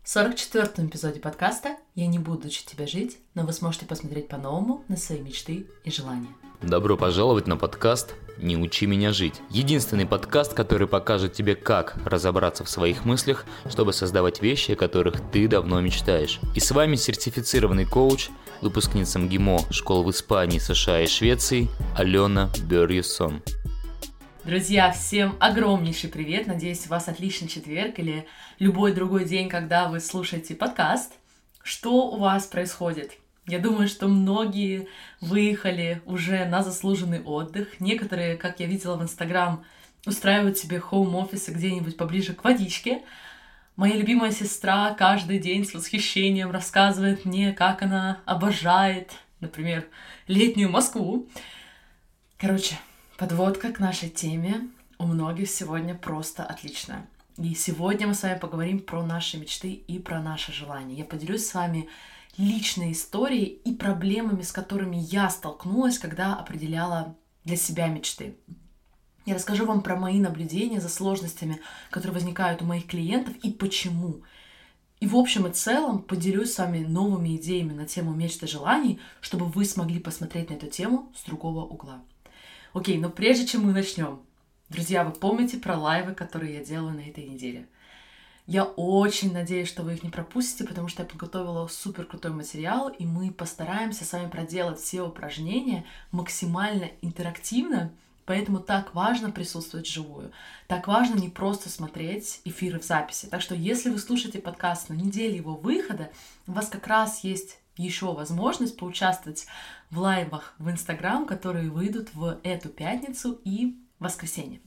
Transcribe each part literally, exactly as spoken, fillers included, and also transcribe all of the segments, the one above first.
В сорок четвёртом эпизоде подкаста «Я не буду учить тебя жить», но вы сможете посмотреть по-новому на свои мечты и желания. Добро пожаловать на подкаст «Не учи меня жить». Единственный подкаст, который покажет тебе, как разобраться в своих мыслях, чтобы создавать вещи, о которых ты давно мечтаешь. И с вами сертифицированный коуч, выпускница МГИМО школ в Испании, США и Швеции Алена Бёрьесон. Друзья, всем огромнейший привет! Надеюсь, у вас отличный четверг или любой другой день, когда вы слушаете подкаст. Что у вас происходит? Я думаю, что многие выехали уже на заслуженный отдых. Некоторые, как я видела в Инстаграм, устраивают себе хоум-офисы где-нибудь поближе к водичке. Моя любимая сестра каждый день с восхищением рассказывает мне, как она обожает, например, летнюю Москву. Короче, подводка к нашей теме у многих сегодня просто отличная. И сегодня мы с вами поговорим про наши мечты и про наши желания. Я поделюсь с вами личной историей и проблемами, с которыми я столкнулась, когда определяла для себя мечты. Я расскажу вам про мои наблюдения за сложностями, которые возникают у моих клиентов и почему. И в общем и целом поделюсь с вами новыми идеями на тему мечт и желаний, чтобы вы смогли посмотреть на эту тему с другого угла. Окей, но прежде чем мы начнем, друзья, вы помните про лайвы, которые я делаю на этой неделе? Я очень надеюсь, что вы их не пропустите, потому что я подготовила супер крутой материал, и мы постараемся с вами проделать все упражнения максимально интерактивно, поэтому так важно присутствовать вживую. Так важно не просто смотреть эфиры в записи. Так что если вы слушаете подкаст на неделе его выхода, у вас как раз есть еще возможность поучаствовать в лайвах в Инстаграм, которые выйдут в эту пятницу и воскресенье.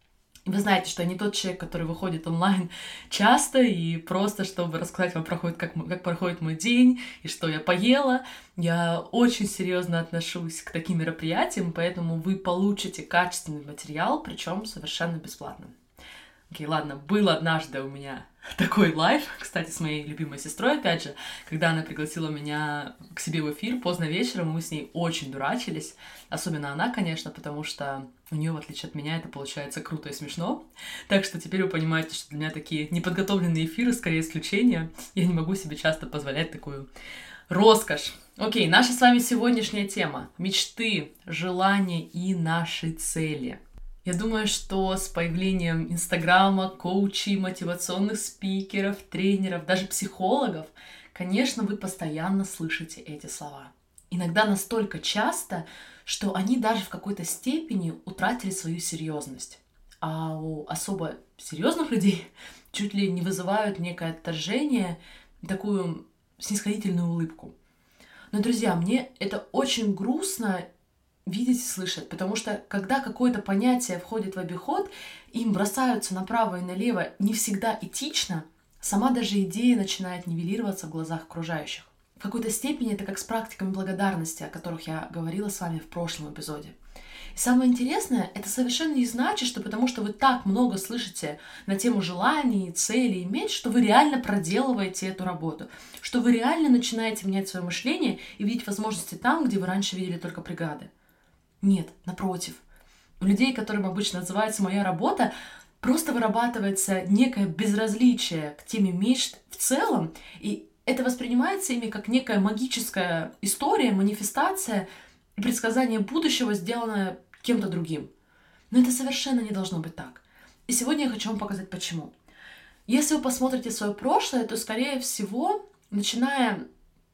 И вы знаете, что я не тот человек, который выходит онлайн часто и просто, чтобы рассказать вам, проходит, как, как проходит мой день и что я поела. Я очень серьезно отношусь к таким мероприятиям, поэтому вы получите качественный материал, причем совершенно бесплатно. Окей, ладно, был однажды у меня такой лайв, кстати, с моей любимой сестрой, опять же, когда она пригласила меня к себе в эфир поздно вечером, мы с ней очень дурачились, особенно она, конечно, потому что у нее, в отличие от меня, это получается круто и смешно, так что теперь вы понимаете, что для меня такие неподготовленные эфиры скорее исключение, я не могу себе часто позволять такую роскошь. Окей, наша с вами сегодняшняя тема – мечты, желания и наши цели. Я думаю, что с появлением Инстаграма, коучей, мотивационных спикеров, тренеров, даже психологов, конечно, вы постоянно слышите эти слова. Иногда настолько часто, что они даже в какой-то степени утратили свою серьезность. А у особо серьезных людей чуть ли не вызывают некое отторжение, такую снисходительную улыбку. Но, друзья, мне это очень грустно видеть и слышать, потому что когда какое-то понятие входит в обиход, им бросаются направо и налево не всегда этично, сама даже идея начинает нивелироваться в глазах окружающих. В какой-то степени это как с практиками благодарности, о которых я говорила с вами в прошлом эпизоде. И самое интересное, это совершенно не значит, что потому что вы так много слышите на тему желаний, целей, мечт, что вы реально проделываете эту работу, что вы реально начинаете менять свое мышление и видеть возможности там, где вы раньше видели только преграды. Нет, напротив. У людей, которым обычно называется «моя работа», просто вырабатывается некое безразличие к теме мечт в целом, и это воспринимается ими как некая магическая история, манифестация и предсказание будущего, сделанное кем-то другим. Но это совершенно не должно быть так. И сегодня я хочу вам показать, почему. Если вы посмотрите свое прошлое, то, скорее всего, начиная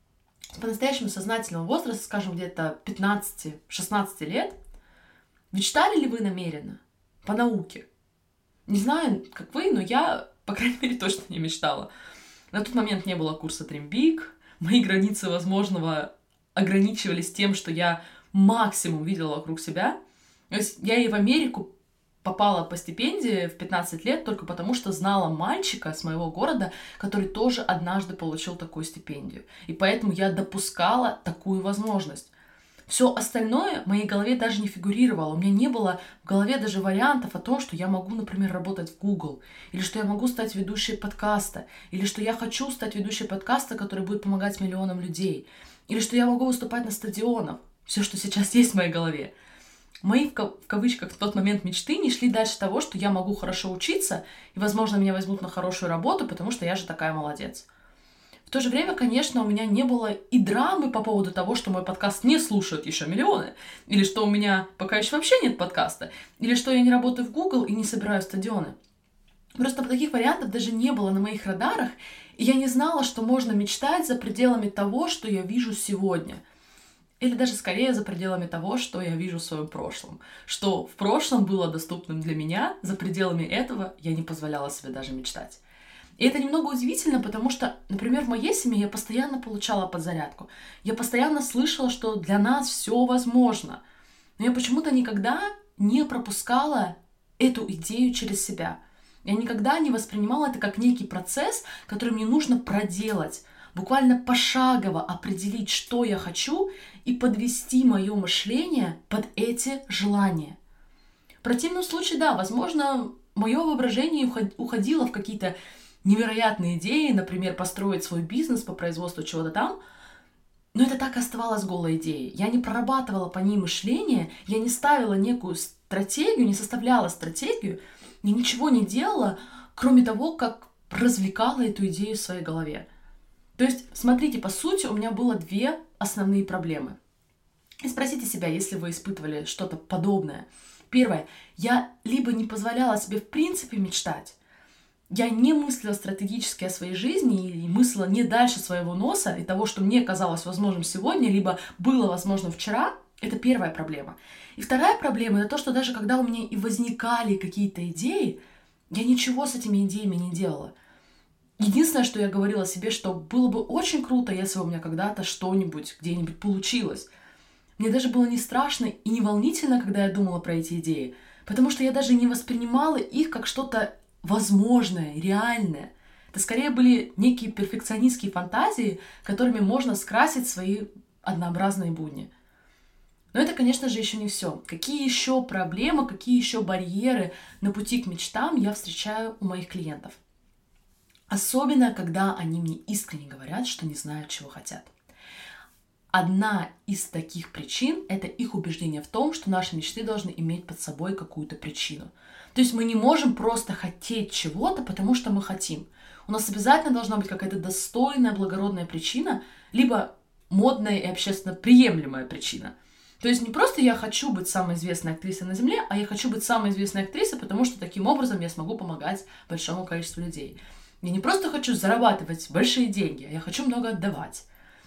с по-настоящему сознательного возраста, скажем, где-то пятнадцати-шестнадцати лет, мечтали ли вы намеренно? По науке. Не знаю, как вы, но я, по крайней мере, точно не мечтала. На тот момент не было курса Dream Big, мои границы возможного ограничивались тем, что я максимум видела вокруг себя. То есть я и в Америку попала по стипендии в пятнадцать лет только потому, что знала мальчика с моего города, который тоже однажды получил такую стипендию. И поэтому я допускала такую возможность. Все остальное в моей голове даже не фигурировало. У меня не было в голове даже вариантов о том, что я могу, например, работать в Google, или что я могу стать ведущей подкаста, или что я хочу стать ведущей подкаста, который будет помогать миллионам людей, или что я могу выступать на стадионах. Все, что сейчас есть в моей голове. Мои, в кавычках, в тот момент мечты не шли дальше того, что я могу хорошо учиться, и, возможно, меня возьмут на хорошую работу, потому что я же такая молодец. В то же время, конечно, у меня не было и драмы по поводу того, что мой подкаст не слушают еще миллионы, или что у меня пока еще вообще нет подкаста, или что я не работаю в Google и не собираю стадионы. Просто таких вариантов даже не было на моих радарах, и я не знала, что можно мечтать за пределами того, что я вижу сегодня. Или даже скорее за пределами того, что я вижу в своем прошлом. Что в прошлом было доступным для меня, за пределами этого я не позволяла себе даже мечтать. И это немного удивительно, потому что, например, в моей семье я постоянно получала подзарядку. Я постоянно слышала, что для нас все возможно. Но я почему-то никогда не пропускала эту идею через себя. Я никогда не воспринимала это как некий процесс, который мне нужно проделать. Буквально пошагово определить, что я хочу, и подвести мое мышление под эти желания. В противном случае, да, возможно, мое воображение уходило в какие-то невероятные идеи, например, построить свой бизнес по производству чего-то там, но это так и оставалось голой идеей. Я не прорабатывала по ней мышление, я не ставила некую стратегию, не составляла стратегию, я ничего не делала, кроме того, как развлекала эту идею в своей голове. То есть, смотрите, по сути, у меня было две основные проблемы. И спросите себя, если вы испытывали что-то подобное. Первое. Я либо не позволяла себе в принципе мечтать, я не мыслила стратегически о своей жизни и мыслила не дальше своего носа и того, что мне казалось возможным сегодня, либо было возможно вчера. Это первая проблема. И вторая проблема — это то, что даже когда у меня и возникали какие-то идеи, я ничего с этими идеями не делала. Единственное, что я говорила себе, что было бы очень круто, если у меня когда-то что-нибудь где-нибудь получилось. Мне даже было не страшно и не волнительно, когда я думала про эти идеи, потому что я даже не воспринимала их как что-то возможное, реальное. Это скорее были некие перфекционистские фантазии, которыми можно скрасить свои однообразные будни. Но это, конечно же, еще не все. Какие еще проблемы, какие еще барьеры на пути к мечтам я встречаю у моих клиентов? Особенно, когда они мне искренне говорят, что не знают, чего хотят. Одна из таких причин — это их убеждение в том, что наши мечты должны иметь под собой какую-то причину. То есть мы не можем просто хотеть чего-то, потому что мы хотим. У нас обязательно должна быть какая-то достойная, благородная причина, либо модная и общественно приемлемая причина. То есть не просто я хочу быть самой известной актрисой на Земле, а я хочу быть самой известной актрисой, потому что таким образом я смогу помогать большому количеству людей. Я не просто хочу зарабатывать большие деньги, а я хочу много отдавать.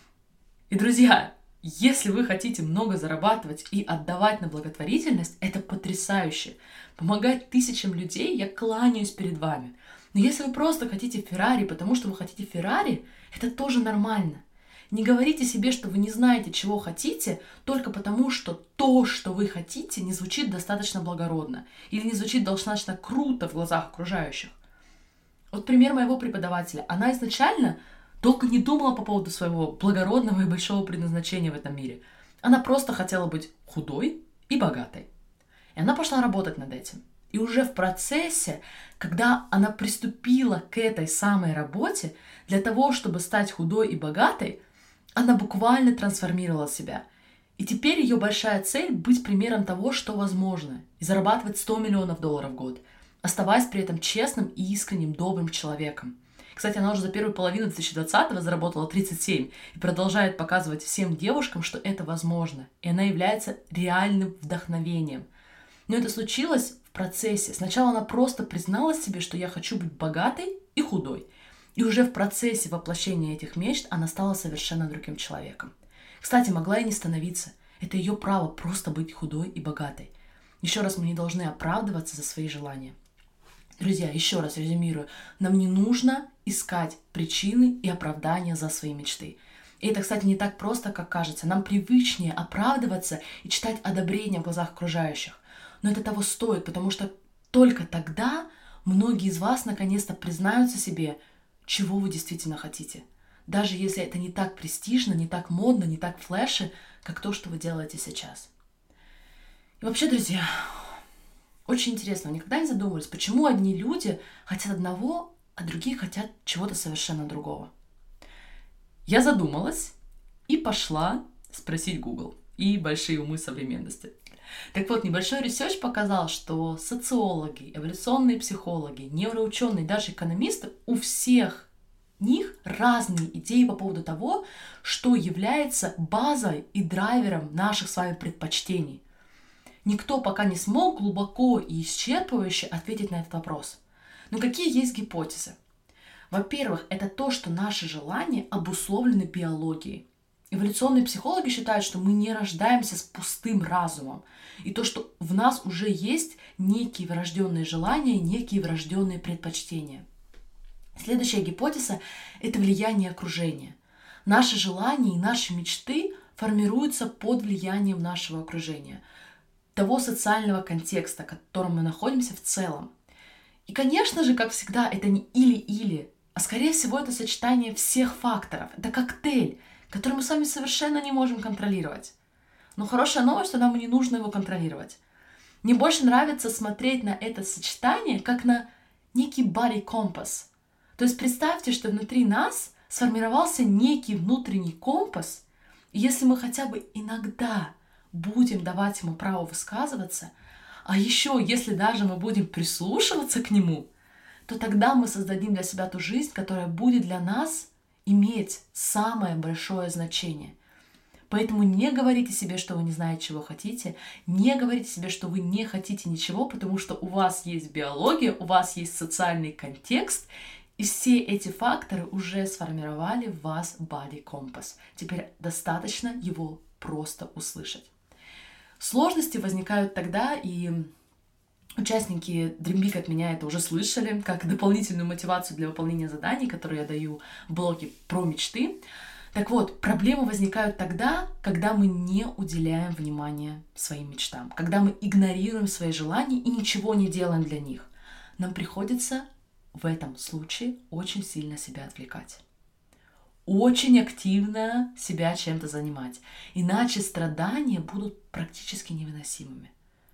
И, друзья, если вы хотите много зарабатывать и отдавать на благотворительность, это потрясающе. Помогать тысячам людей, я кланяюсь перед вами. Но если вы просто хотите Феррари, потому что вы хотите Феррари, это тоже нормально. Не говорите себе, что вы не знаете, чего хотите, только потому, что то, что вы хотите, не звучит достаточно благородно или не звучит достаточно круто в глазах окружающих. Вот пример моего преподавателя. Она изначально долго не думала по поводу своего благородного и большого предназначения в этом мире. Она просто хотела быть худой и богатой. И она пошла работать над этим. И уже в процессе, когда она приступила к этой самой работе, для того, чтобы стать худой и богатой, она буквально трансформировала себя. И теперь ее большая цель — быть примером того, что возможно, и зарабатывать сто миллионов долларов в год, оставаясь при этом честным и искренним, добрым человеком. Кстати, она уже за первую половину две тысячи двадцатого заработала тридцать семь и продолжает показывать всем девушкам, что это возможно, и она является реальным вдохновением. Но это случилось в процессе. Сначала она просто призналась себе, что я хочу быть богатой и худой. И уже в процессе воплощения этих мечт она стала совершенно другим человеком. Кстати, могла и не становиться. Это ее право просто быть худой и богатой. Еще раз, мы не должны оправдываться за свои желания. Друзья, еще раз резюмирую. Нам не нужно искать причины и оправдания за свои мечты. И это, кстати, не так просто, как кажется. Нам привычнее оправдываться и читать одобрение в глазах окружающих. Но это того стоит, потому что только тогда многие из вас наконец-то признаются себе, чего вы действительно хотите. Даже если это не так престижно, не так модно, не так флеши, как то, что вы делаете сейчас. И вообще, друзья, очень интересно, вы никогда не задумывались, почему одни люди хотят одного, а другие хотят чего-то совершенно другого? Я задумалась и пошла спросить Google и большие умы современности. Так вот, небольшой ресерч показал, что социологи, эволюционные психологи, невроученые, даже экономисты, у всех них разные идеи по поводу того, что является базой и драйвером наших с вами предпочтений. Никто пока не смог глубоко и исчерпывающе ответить на этот вопрос. Но какие есть гипотезы? Во-первых, это то, что наши желания обусловлены биологией. Эволюционные психологи считают, что мы не рождаемся с пустым разумом. И то, что в нас уже есть некие врожденные желания, некие врожденные предпочтения. Следующая гипотеза – это влияние окружения. Наши желания и наши мечты формируются под влиянием нашего окружения, того социального контекста, в котором мы находимся в целом. И, конечно же, как всегда, это не или-или, а скорее всего это сочетание всех факторов. Это коктейль, который мы с вами совершенно не можем контролировать. Но хорошая новость, что нам не нужно его контролировать. Мне больше нравится смотреть на это сочетание как на некий body compass. То есть представьте, что внутри нас сформировался некий внутренний компас, и если мы хотя бы иногда будем давать ему право высказываться, а еще если даже мы будем прислушиваться к нему, то тогда мы создадим для себя ту жизнь, которая будет для нас иметь самое большое значение. Поэтому не говорите себе, что вы не знаете, чего хотите, не говорите себе, что вы не хотите ничего, потому что у вас есть биология, у вас есть социальный контекст, и все эти факторы уже сформировали в вас body compass. Теперь достаточно его просто услышать. Сложности возникают тогда, и участники Dream Big от меня это уже слышали, как дополнительную мотивацию для выполнения заданий, которые я даю в блоге про мечты. Так вот, проблемы возникают тогда, когда мы не уделяем внимания своим мечтам, когда мы игнорируем свои желания и ничего не делаем для них. Нам приходится в этом случае очень сильно себя отвлекать. Очень активно себя чем-то занимать. Иначе страдания будут практически невыносимыми.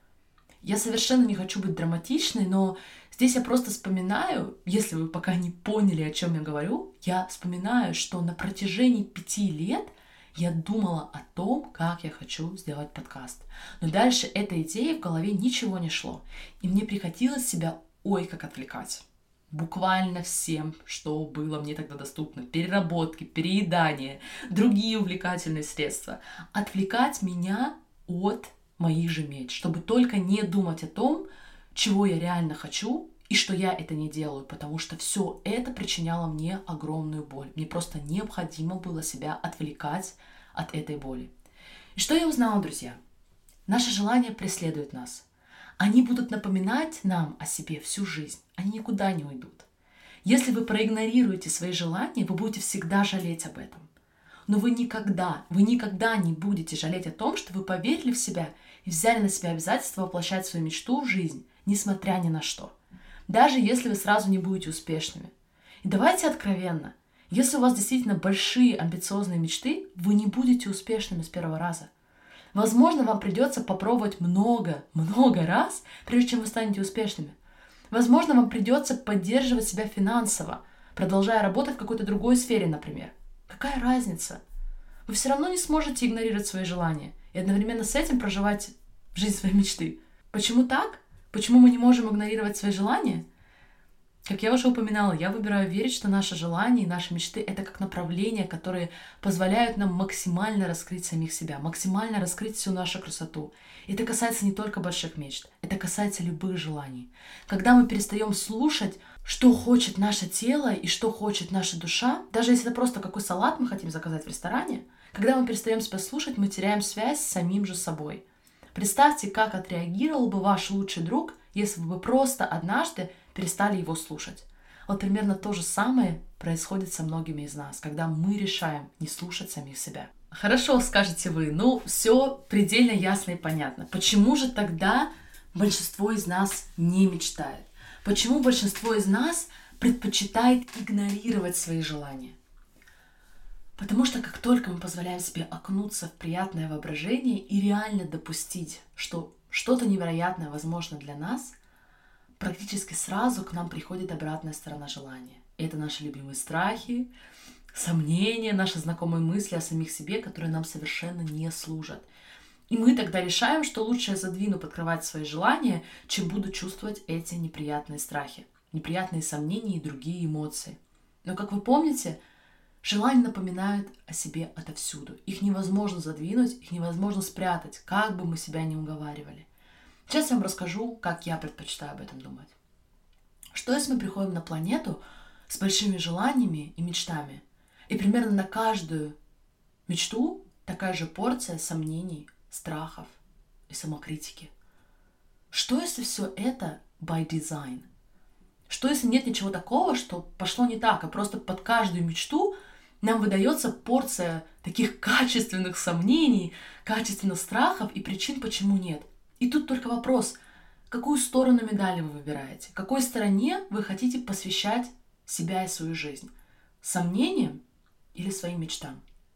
Я совершенно не хочу быть драматичной, но здесь я просто вспоминаю, если вы пока не поняли, о чем я говорю, я вспоминаю, что на протяжении пяти лет я думала о том, как я хочу сделать подкаст. Но дальше этой идеи в голове ничего не шло. И мне приходилось себя ой как отвлекать. Буквально всем, что было мне тогда доступно. Переработки, переедания, другие увлекательные средства. Отвлекать меня от моих же мечт, чтобы только не думать о том, чего я реально хочу, и что я это не делаю, потому что все это причиняло мне огромную боль. Мне просто необходимо было себя отвлекать от этой боли. И что я узнала, друзья? Наши желания преследуют нас. Они будут напоминать нам о себе всю жизнь. Они никуда не уйдут. Если вы проигнорируете свои желания, вы будете всегда жалеть об этом. Но вы никогда, вы никогда не будете жалеть о том, что вы поверили в себя и взяли на себя обязательство воплощать свою мечту в жизнь, несмотря ни на что. Даже если вы сразу не будете успешными. И давайте откровенно, если у вас действительно большие амбициозные мечты, вы не будете успешными с первого раза. Возможно, вам придется попробовать много-много раз, прежде чем вы станете успешными. Возможно, вам придется поддерживать себя финансово, продолжая работать в какой-то другой сфере, например. Какая разница? Вы все равно не сможете игнорировать свои желания и одновременно с этим проживать жизнь своей мечты. Почему так? Почему мы не можем игнорировать свои желания? Как я уже упоминала, я выбираю верить, что наши желания и наши мечты — это как направления, которые позволяют нам максимально раскрыть самих себя, максимально раскрыть всю нашу красоту. И это касается не только больших мечт, это касается любых желаний. Когда мы перестаем слушать, что хочет наше тело и что хочет наша душа, даже если это просто какой салат мы хотим заказать в ресторане, когда мы перестаем себя слушать, мы теряем связь с самим же собой. Представьте, как отреагировал бы ваш лучший друг, если бы вы просто однажды перестали его слушать. Вот примерно то же самое происходит со многими из нас, когда мы решаем не слушать самих себя. Хорошо, скажете вы, ну все предельно ясно и понятно. Почему же тогда большинство из нас не мечтает? Почему большинство из нас предпочитает игнорировать свои желания? Потому что как только мы позволяем себе окунуться в приятное воображение и реально допустить, что что-то невероятное возможно для нас, практически сразу к нам приходит обратная сторона желания. И это наши любимые страхи, сомнения, наши знакомые мысли о самих себе, которые нам совершенно не служат. И мы тогда решаем, что лучше я задвину под кровать свои желания, чем буду чувствовать эти неприятные страхи, неприятные сомнения и другие эмоции. Но, как вы помните, желания напоминают о себе отовсюду. Их невозможно задвинуть, их невозможно спрятать, как бы мы себя ни уговаривали. Сейчас я вам расскажу, как я предпочитаю об этом думать. Что если мы приходим на планету с большими желаниями и мечтами, и примерно на каждую мечту такая же порция сомнений, страхов и самокритики? Что если все это by design? Что если нет ничего такого, что пошло не так, а просто под каждую мечту нам выдается порция таких качественных сомнений, качественных страхов и причин, почему нет? И тут только вопрос, какую сторону медали вы выбираете? Какой стороне вы хотите посвящать себя и свою жизнь? Сомнениям или своим мечтам?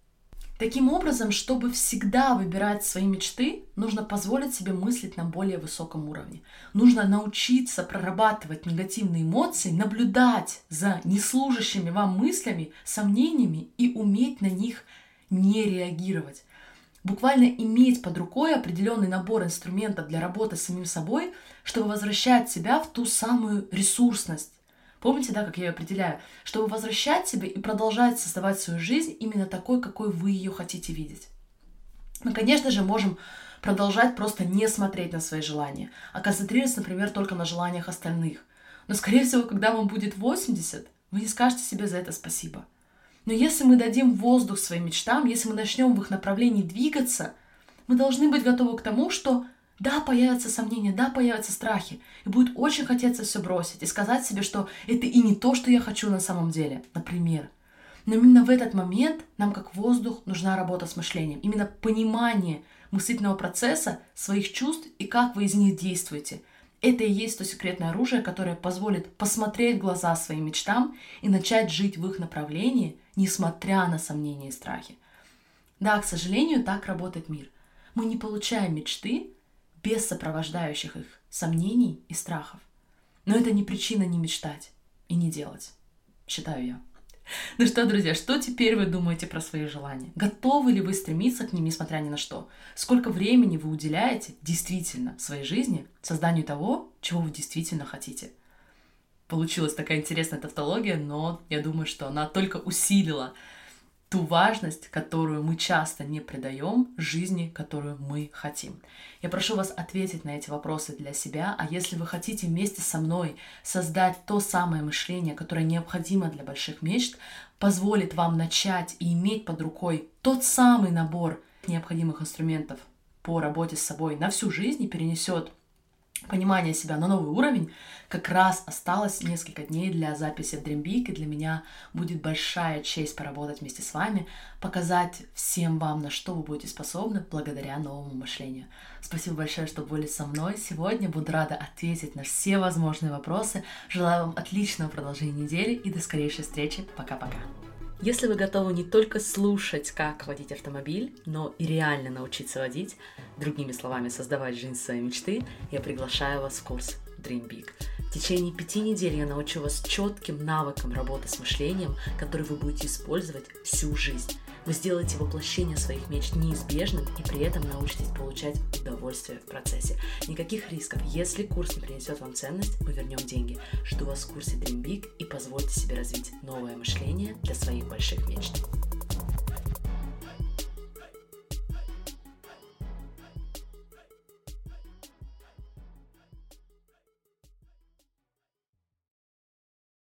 Таким образом, чтобы всегда выбирать свои мечты, нужно позволить себе мыслить на более высоком уровне. Нужно научиться прорабатывать негативные эмоции, наблюдать за неслужащими вам мыслями, сомнениями и уметь на них не реагировать. Буквально иметь под рукой определенный набор инструментов для работы с самим собой, чтобы возвращать себя в ту самую ресурсность. Помните, да, как я ее определяю? Чтобы возвращать себя и продолжать создавать свою жизнь именно такой, какой вы ее хотите видеть. Мы, конечно же, можем продолжать просто не смотреть на свои желания, а концентрироваться, например, только на желаниях остальных. Но, скорее всего, когда вам будет восемьдесят, вы не скажете себе за это спасибо. Но если мы дадим воздух своим мечтам, если мы начнем в их направлении двигаться, мы должны быть готовы к тому, что да, появятся сомнения, да, появятся страхи, и будет очень хотеться все бросить и сказать себе, что это и не то, что я хочу на самом деле, например. Но именно в этот момент нам, как воздух, нужна работа с мышлением, именно понимание мыслительного процесса, своих чувств и как вы из них действуете. Это и есть то секретное оружие, которое позволит посмотреть в глаза своим мечтам и начать жить в их направлении, несмотря на сомнения и страхи. Да, к сожалению, так работает мир. Мы не получаем мечты без сопровождающих их сомнений и страхов. Но это не причина не мечтать и не делать, считаю я. Ну что, друзья, что теперь вы думаете про свои желания? Готовы ли вы стремиться к ним, несмотря ни на что? Сколько времени вы уделяете действительно в своей жизни созданию того, чего вы действительно хотите? Получилась такая интересная тавтология, но я думаю, что она только усилила ту важность, которую мы часто не придаем жизни, которую мы хотим. Я прошу вас ответить на эти вопросы для себя, а если вы хотите вместе со мной создать то самое мышление, которое необходимо для больших мечт, позволит вам начать и иметь под рукой тот самый набор необходимых инструментов по работе с собой на всю жизнь и перенесет понимание себя на новый уровень, как раз осталось несколько дней для записи в Dream Big, и для меня будет большая честь поработать вместе с вами, показать всем вам, на что вы будете способны благодаря новому мышлению. Спасибо большое, что были со мной сегодня. Буду рада ответить на все возможные вопросы. Желаю вам отличного продолжения недели и до скорейшей встречи. Пока-пока. Если вы готовы не только слушать, как водить автомобиль, но и реально научиться водить, другими словами, создавать жизнь своей мечты, я приглашаю вас в курс Dream Big. В течение пяти недель я научу вас четким навыкам работы с мышлением, который вы будете использовать всю жизнь. Вы сделаете воплощение своих мечт неизбежным и при этом научитесь получать удовольствие в процессе. Никаких рисков. Если курс не принесет вам ценность, мы вернем деньги. Жду вас в курсе Dream Big и позвольте себе развить новое мышление для своих больших мечт.